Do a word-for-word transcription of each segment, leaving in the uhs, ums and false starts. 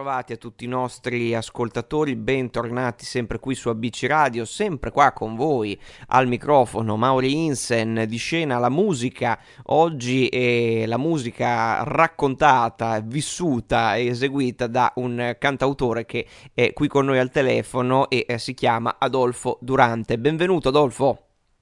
bentrovati a tutti i nostri ascoltatori, bentornati sempre qui su A B C Radio, sempre qua con voi al microfono Mauri Insen, di scena la musica. Oggi è la musica raccontata, vissuta e eseguita da un cantautore che è qui con noi al telefono e eh, si chiama Adolfo Durante. Benvenuto Adolfo.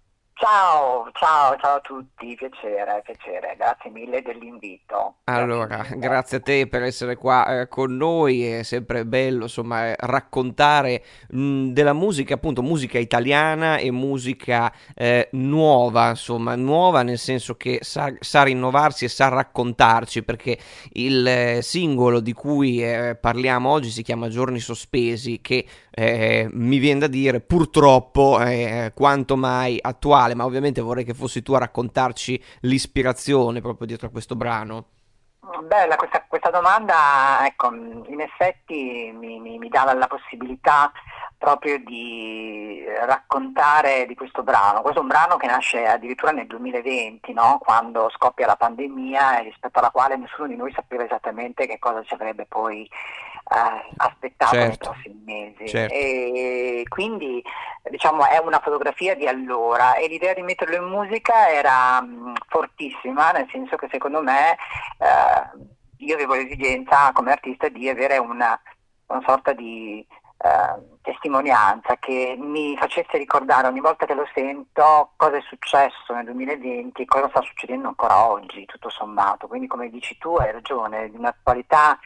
Ciao, ciao, ciao a tutti, piacere, piacere, grazie mille dell'invito, grazie Allora, mille. grazie a te per essere qua eh, con noi, è sempre bello insomma eh, raccontare mh, della musica, appunto musica italiana e musica eh, nuova, insomma nuova nel senso che sa, sa rinnovarsi e sa raccontarci, perché il eh, singolo di cui eh, parliamo oggi si chiama Giorni Sospesi, che eh, mi viene da dire purtroppo è quanto mai attuale, ma ovviamente vorrei che fossi tu a raccontarci l'ispirazione proprio dietro a questo brano. Bella questa, questa domanda, ecco, in effetti mi, mi, mi dà la, la possibilità proprio di raccontare di questo brano. Questo è un brano che nasce addirittura nel duemilaventi, no? Quando scoppia la pandemia e rispetto alla quale nessuno di noi sapeva esattamente che cosa ci avrebbe poi eh, aspettato nei Certo, prossimi mesi. certo. E quindi diciamo è una fotografia di allora e l'idea di metterlo in musica era mh, fortissima, nel senso che secondo me eh, io avevo l'esigenza come artista di avere una, una sorta di eh, testimonianza che mi facesse ricordare ogni volta che lo sento cosa è successo nel duemilaventi e cosa sta succedendo ancora oggi, tutto sommato. Quindi come dici tu hai ragione, di un'attualità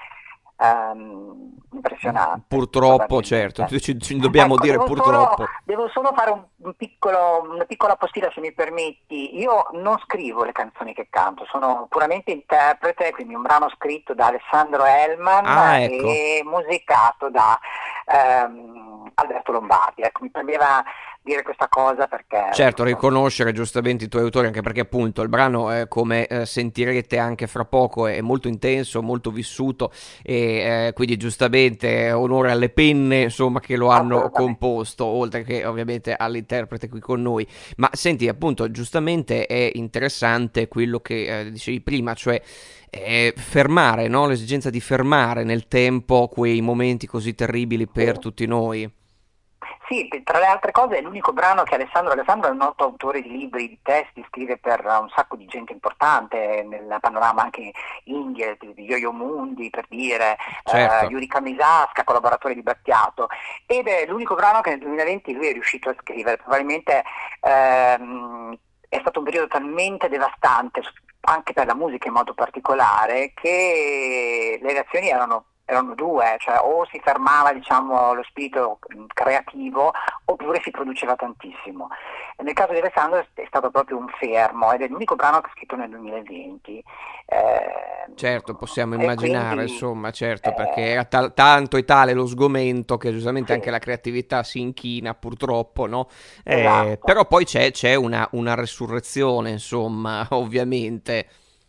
ehm, impressionante, Purtroppo, certo, probabilmente. ci, ci dobbiamo Ecco, dire devo solo, purtroppo. devo solo fare un, un piccolo, una piccola postilla se mi permetti. Io non scrivo le canzoni che canto, sono puramente interprete, quindi un brano scritto da Alessandro Hellman Ah, ecco. e musicato da ehm, Alberto Lombardi. Ecco, mi premeva dire questa cosa perché Certo, insomma, riconoscere giustamente i tuoi autori, anche perché appunto il brano, eh, come eh, sentirete anche fra poco, è molto intenso, molto vissuto e eh, quindi giustamente eh, onore alle penne, insomma, che lo hanno assolutamente. composto, oltre che ovviamente all'interprete qui con noi. Ma senti, appunto, giustamente è interessante quello che eh, dicevi prima, cioè eh, fermare, no? L'esigenza di fermare nel tempo quei momenti così terribili Sì. per tutti noi. Sì, pe- tra le altre cose è l'unico brano che Alessandro Alessandro è un noto autore di libri, di testi, scrive per uh, un sacco di gente importante nel panorama anche indie, di di Yo-Yo Mundi per dire, eh, Certo. Yurika Misasca, collaboratore di Battiato, ed è l'unico brano che nel duemilaventi lui è riuscito a scrivere, probabilmente ehm, è stato un periodo talmente devastante, anche per la musica in modo particolare, che le reazioni erano erano due, cioè o si fermava diciamo, lo spirito creativo oppure si produceva tantissimo. E nel caso di Alessandro è stato proprio un fermo ed è l'unico brano che ha scritto nel duemilaventi. Eh, Certo, possiamo e immaginare, quindi insomma, certo, perché eh, era tal- tanto e tale lo sgomento che giustamente sì, anche la creatività si inchina, purtroppo, no? Eh, esatto. però poi c'è, c'è una, una resurrezione, insomma, ovviamente.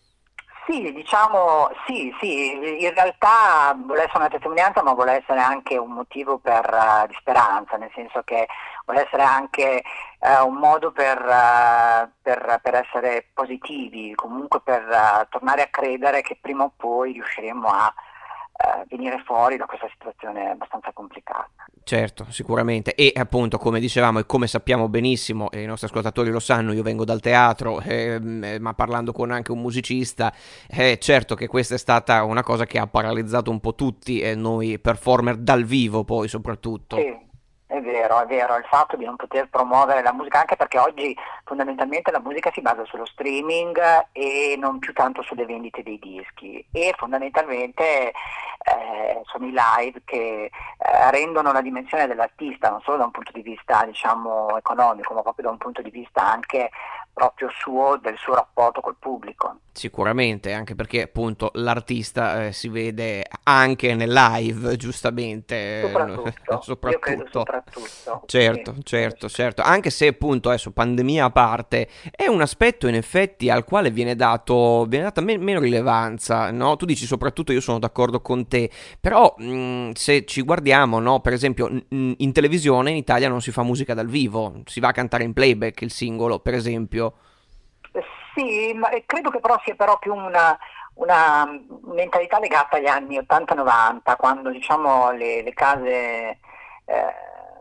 Sì, diciamo, sì, sì, in realtà vuole essere una testimonianza, ma vuole essere anche un motivo per, eh, di speranza, nel senso che vuole essere anche eh, un modo per, eh, per- per essere positivi, comunque per eh, tornare a credere che prima o poi riusciremo a eh, venire fuori da questa situazione abbastanza complicata. Certo, sicuramente. E appunto, come dicevamo e come sappiamo benissimo, e i nostri ascoltatori lo sanno, io vengo dal teatro, ehm, eh, ma parlando con anche un musicista, eh, certo che questa è stata una cosa che ha paralizzato un po' tutti, e noi performer dal vivo poi soprattutto. Sì, è vero, è vero, il fatto di non poter promuovere la musica, anche perché oggi fondamentalmente la musica si basa sullo streaming e non più tanto sulle vendite dei dischi e fondamentalmente eh, sono i live che eh, rendono la dimensione dell'artista non solo da un punto di vista diciamo economico, ma proprio da un punto di vista anche proprio suo, del suo rapporto col pubblico. Sicuramente, anche perché appunto l'artista eh, si vede anche nel live, giustamente, eh, Soprattutto, io credo soprattutto. soprattutto, sì, Certo, sì, certo, sì. certo. Anche se appunto adesso pandemia a parte, è un aspetto in effetti al quale viene dato, viene data men- meno rilevanza, no? Tu dici soprattutto, io sono d'accordo con te, però mh, se ci guardiamo, no? Per esempio n- in televisione in Italia non si fa musica dal vivo, si va a cantare in playback il singolo, per esempio. Eh, Sì, ma eh, credo che però sia però più una, una mentalità legata agli anni ottanta novanta, quando diciamo le, le case, eh,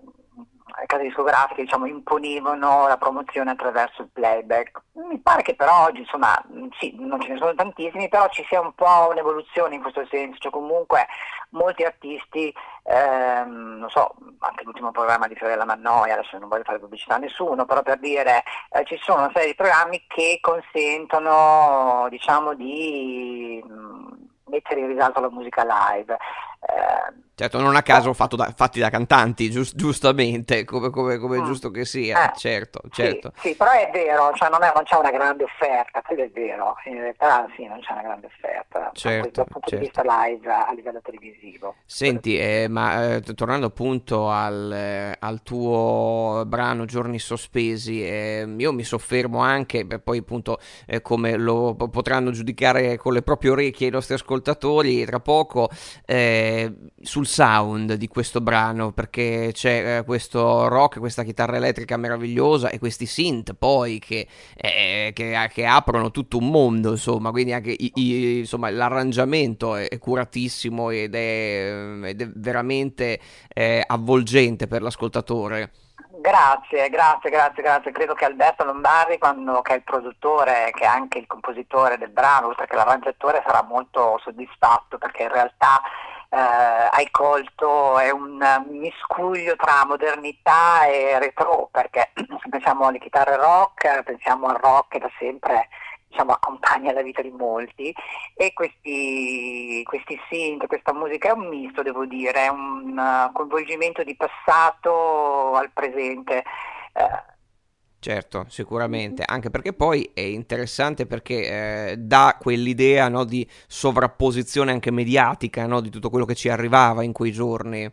le case discografiche diciamo, imponevano la promozione attraverso il playback. Mi pare che però oggi, insomma, mh, sì, non ce ne sono tantissimi, però ci sia un po' un'evoluzione in questo senso, cioè comunque molti artisti, ehm, non so, anche l'ultimo programma di Fiorella Mannoia, adesso non voglio fare pubblicità a nessuno, però per dire eh, ci sono una serie di programmi che consentono, diciamo, di mh, mettere in risalto la musica live. Eh, Certo, non a oh, caso fatto da- fatti da cantanti, gius- giustamente, come, come- come è mm, giusto che sia, eh, certo, sì, certo, sì, però è vero, cioè non, è- non c'è una grande offerta, quello è vero, in realtà sì, non c'è una grande offerta da certo, questo punto di certo. vista live a livello televisivo. Quello Senti, sì. eh, ma eh, t- tornando appunto al, eh, al tuo brano Giorni Sospesi, eh, io mi soffermo anche, beh, poi appunto eh, come lo po- potranno giudicare con le proprie orecchie i nostri ascoltatori tra poco, eh, sul sound di questo brano, perché c'è eh, questo rock, questa chitarra elettrica meravigliosa e questi synth poi che, eh, che, che aprono tutto un mondo, insomma, quindi anche i- i- insomma, l'arrangiamento è, è curatissimo ed è, ed è veramente eh, avvolgente per l'ascoltatore. Grazie, grazie, grazie, grazie. Credo che Alberto Lombardi, quando, che è il produttore, che è anche il compositore del brano, oltre che l'arrangiatore, sarà molto soddisfatto perché in realtà eh, hai colto è un miscuglio tra modernità e retro, perché se pensiamo alle chitarre rock, pensiamo al rock che da sempre diciamo, accompagna la vita di molti e questi, questi synth, questa musica è un misto, devo dire, è un uh, coinvolgimento di passato al presente. Eh, Certo, sicuramente, anche perché poi è interessante perché eh, dà quell'idea, no, di sovrapposizione anche mediatica, no, di tutto quello che ci arrivava in quei giorni.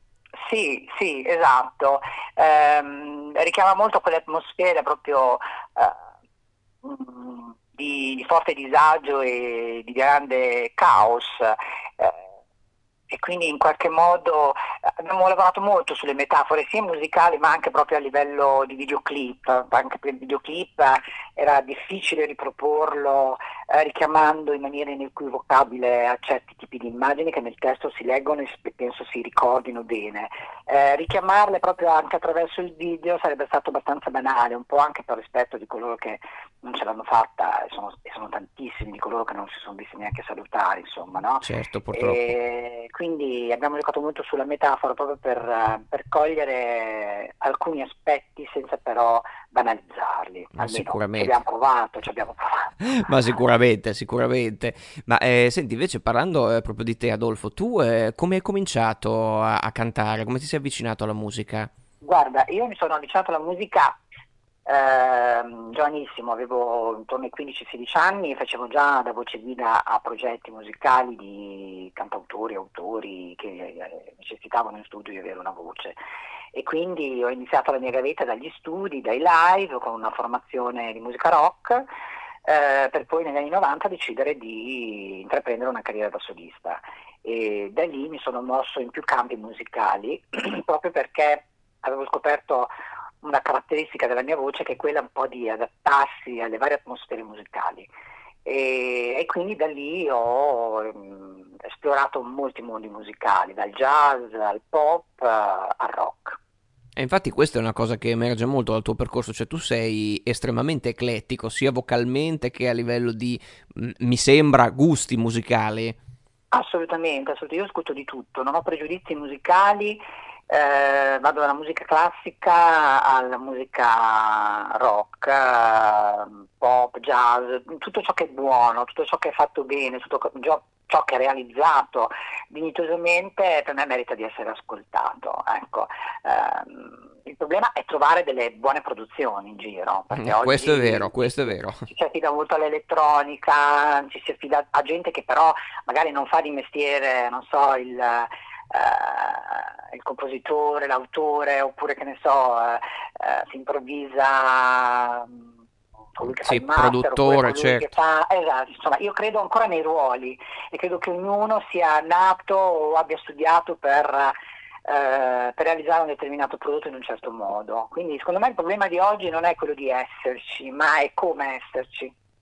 sì, sì, esatto. Ehm, richiama molto quelle atmosfere proprio eh, mm, di, di forte disagio e di grande caos. Eh, e quindi in qualche modo eh, abbiamo lavorato molto sulle metafore sia musicali ma anche proprio a livello di videoclip, anche per il videoclip eh, era difficile riproporlo eh, richiamando in maniera inequivocabile a certi tipi di immagini che nel testo si leggono e s- penso si ricordino bene. Eh, richiamarle proprio anche attraverso il video sarebbe stato abbastanza banale, un po' anche per rispetto di coloro che non ce l'hanno fatta, e sono, e sono tantissimi di coloro che non si sono visti neanche salutare, insomma, no? Certo, purtroppo. E quindi abbiamo giocato molto sulla metafora proprio per, eh, per cogliere alcuni aspetti senza però banalizzarli, Ma almeno ci sicuramente. abbiamo provato, ci abbiamo provato. Ma sicuramente, sicuramente. Ma eh, senti, invece parlando eh, proprio di te, Adolfo, tu eh, come hai cominciato a, a cantare? Come ti sei avvicinato alla musica? Guarda, io mi sono avvicinato alla musica ehm, giovanissimo, avevo intorno ai quindici sedici anni e facevo già da voce guida a progetti musicali di cantautori, autori che eh, necessitavano in studio di avere una voce. E quindi ho iniziato la mia gavetta dagli studi, dai live, con una formazione di musica rock, eh, per poi negli anni novanta decidere di intraprendere una carriera da solista. E da lì mi sono mosso in più campi musicali, proprio perché avevo scoperto una caratteristica della mia voce che è quella un po' di adattarsi alle varie atmosfere musicali. E, e quindi da lì ho ehm, esplorato molti mondi musicali, dal jazz al pop eh, al rock. E infatti questa è una cosa che emerge molto dal tuo percorso, cioè tu sei estremamente eclettico, sia vocalmente che a livello di, mm, mi sembra, gusti musicali. Assolutamente, assolutamente. Io ascolto di tutto, non ho pregiudizi musicali, eh, vado dalla musica classica alla musica rock, eh, pop, jazz, tutto ciò che è buono, tutto ciò che è fatto bene, tutto co- gio- ciò che è realizzato dignitosamente per me merita di essere ascoltato. Ecco. Ehm, il problema è trovare delle buone produzioni in giro, perché Questo è vero, oggi ci questo è si, vero. ci si affida molto all'elettronica, ci si affida a gente che però magari non fa di mestiere, non so, il, eh, il compositore, l'autore, oppure che ne so, eh, eh, si improvvisa mh, colui che fa Sì, il master, oppure produttore, colui che certo. fa... Esatto, insomma, io credo ancora nei ruoli e credo che ognuno sia nato o abbia studiato per... eh, per realizzare un determinato prodotto in un certo modo. Quindi secondo me il problema di oggi non è quello di esserci, ma è come esserci.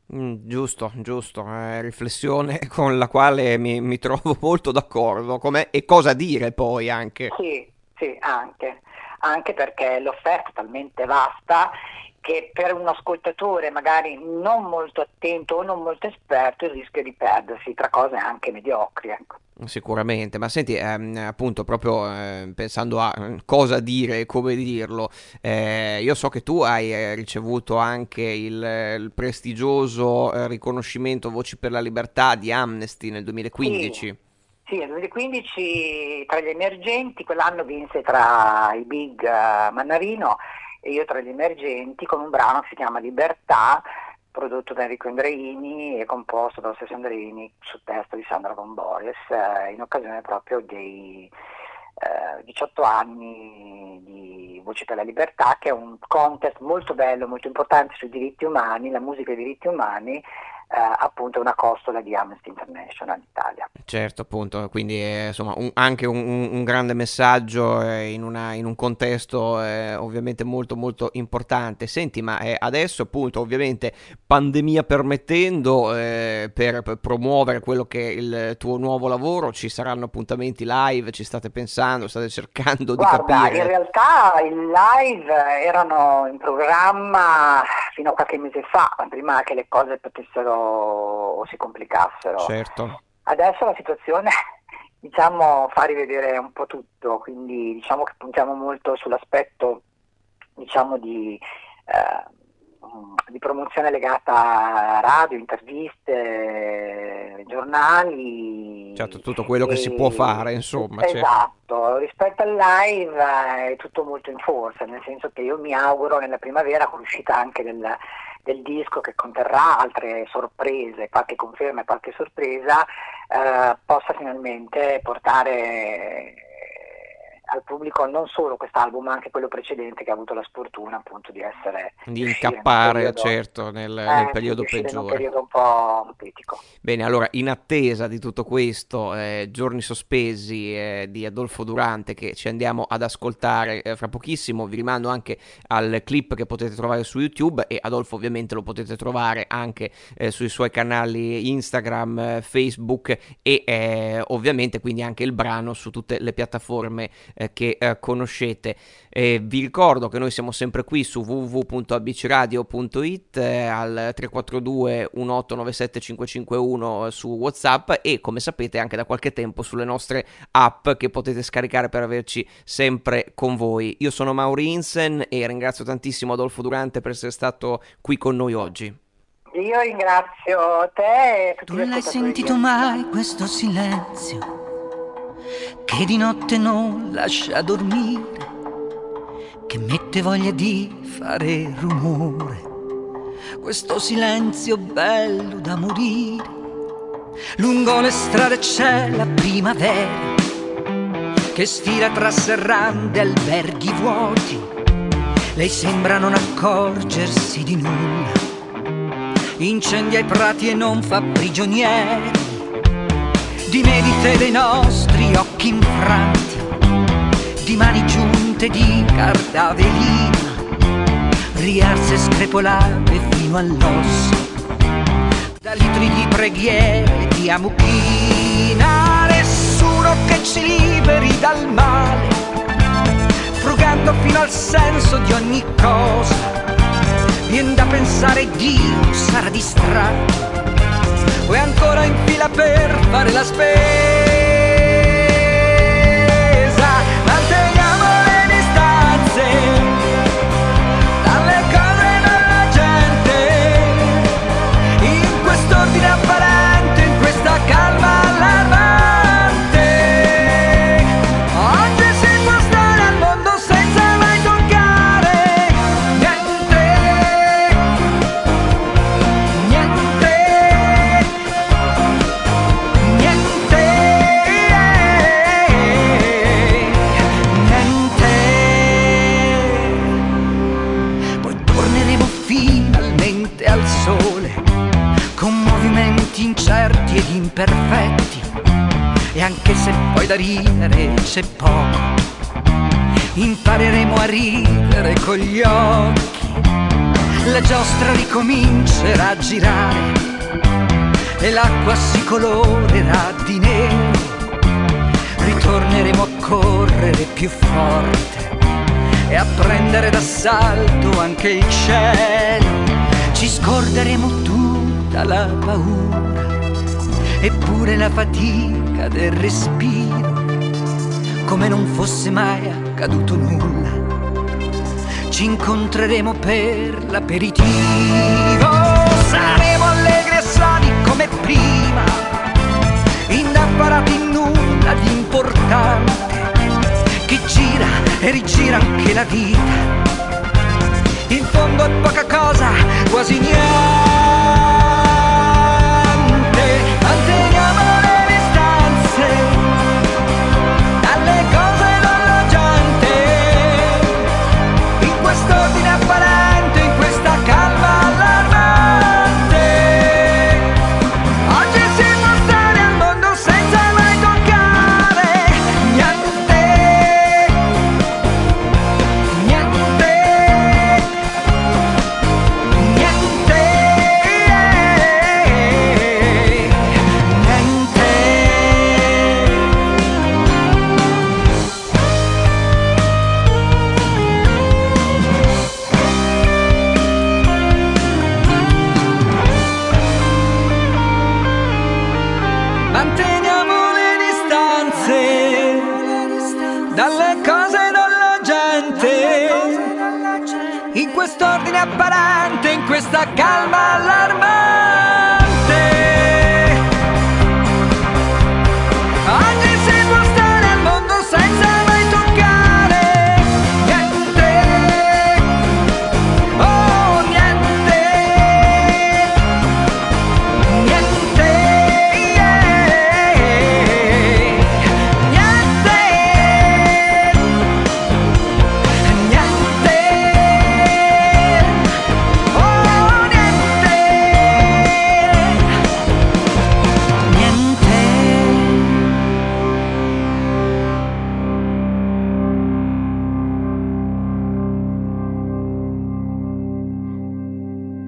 Mm, giusto, giusto, eh, riflessione con la quale mi, mi trovo molto d'accordo. Come, e cosa dire poi anche. Sì, sì, anche, anche perché l'offerta è talmente vasta che per un ascoltatore magari non molto attento o non molto esperto il rischio è di perdersi tra cose anche mediocri, ecco. Sicuramente, ma senti, ehm, appunto, proprio eh, pensando a eh, cosa dire e come dirlo, eh, io so che tu hai eh, ricevuto anche il, il prestigioso eh, riconoscimento Voci per la Libertà di Amnesty nel Sì, duemilaquindici. sì, nel duemilaquindici tra gli emergenti, quell'anno vinse tra i big eh, Mannarino e io tra gli emergenti con un brano che si chiama Libertà, prodotto da Enrico Andreini e composto dallo stesso Andreini sul testo di Sandra Von Boris, eh, in occasione proprio dei eh, diciotto anni di Voci per la Libertà, che è un contest molto bello, molto importante sui diritti umani, la musica e i diritti umani, eh, appunto una costola di Amnesty International Italia. Certo, appunto, quindi è insomma un- anche un, un- un grande messaggio eh, in, una- in un contesto eh, ovviamente molto molto importante. Senti, ma eh, adesso appunto ovviamente pandemia permettendo eh, per, per promuovere quello che è il tuo nuovo lavoro ci saranno appuntamenti live, ci state pensando, state cercando di Guarda, in capire. realtà i live erano in programma fino a qualche mese fa, prima che le cose potessero o si complicassero. Certo. Adesso la situazione, diciamo, fa rivedere un po' tutto, quindi diciamo che puntiamo molto sull'aspetto, diciamo, di, eh, di promozione legata a radio, interviste, Certo, giornali. tutto quello che si può E, fare, insomma, certo. esatto, rispetto al live eh, è tutto molto in forza, nel senso che io mi auguro nella primavera con l'uscita anche del, del disco che conterrà altre sorprese, qualche conferma e qualche sorpresa, eh, possa finalmente portare eh, al pubblico non solo quest'album ma anche quello precedente che ha avuto la sfortuna appunto di essere, Di di uscire in un incappare, periodo, certo, nel, nel eh, sì, di periodo uscire in un peggiore. periodo un po' critico. Bene, allora in attesa di tutto questo, eh, Giorni sospesi eh, di Adolfo Durante che ci andiamo ad ascoltare eh, fra pochissimo, vi rimando anche al clip che potete trovare su YouTube e Adolfo ovviamente lo potete trovare anche eh, sui suoi canali Instagram, eh, Facebook e eh, ovviamente quindi anche il brano su tutte le piattaforme eh, che eh, conoscete. Eh, vi ricordo che noi siamo sempre qui su w w w punto a b c radio punto i t eh, al tre quattro due uno otto nove sette cinque cinque uno su WhatsApp e come sapete anche da qualche tempo sulle nostre app che potete scaricare per averci sempre con voi. Io sono Mauri Insen e ringrazio tantissimo Adolfo Durante per essere stato qui con noi oggi. Io ringrazio te e tutti Tu gli l'hai ascoltatori di sentito A B C. mai questo silenzio che di notte non lascia dormire, che mette voglia di fare rumore? Questo silenzio bello da morire. Lungo le strade c'è la primavera che stira tra serrande, alberghi vuoti. Lei sembra non accorgersi di nulla, incendia i prati e non fa prigionieri di medite dei nostri occhi infranti, di mani giunte di carta velina, riarse screpolate fino all'osso, da litri di preghiere e di amuchina. Nessuno che ci liberi dal male, frugando fino al senso di ogni cosa. Vien da pensare Dio sarà distratto o è ancora in fila per fare la spesa. Manteniamo le distanze dalle cose e dalla gente, in quest'ordine apparente, in questa calma allarmante. Oggi si può stare al mondo senza mai toccare niente, niente, niente, niente. Poi torneremo finalmente al sole, con movimenti incerti ed imperfetti, e anche se poi da ridere c'è poco, impareremo a ridere con gli occhi. la giostra ricomincerà a girare e l'acqua si colorerà di nero. Ritorneremo a correre più forte e a prendere d'assalto anche il cielo. Ci scorderemo tutta la paura eppure la fatica del respiro, come non fosse mai accaduto nulla. Ci incontreremo per l'aperitivo, saremo allegri e sani come prima, indaffarati in nulla di importante, che gira e rigira anche la vita. In fondo è poca cosa, quasi niente. Manteniamo le distanze dalle cose non la gente, in quest'ordine apparente, in questa calma allarmante. Oggi si può stare al mondo senza mai toccare niente, niente, niente, manteniamo le distanze dalle cose e dalla gente, in quest'ordine apparente, in questa calma allarmante.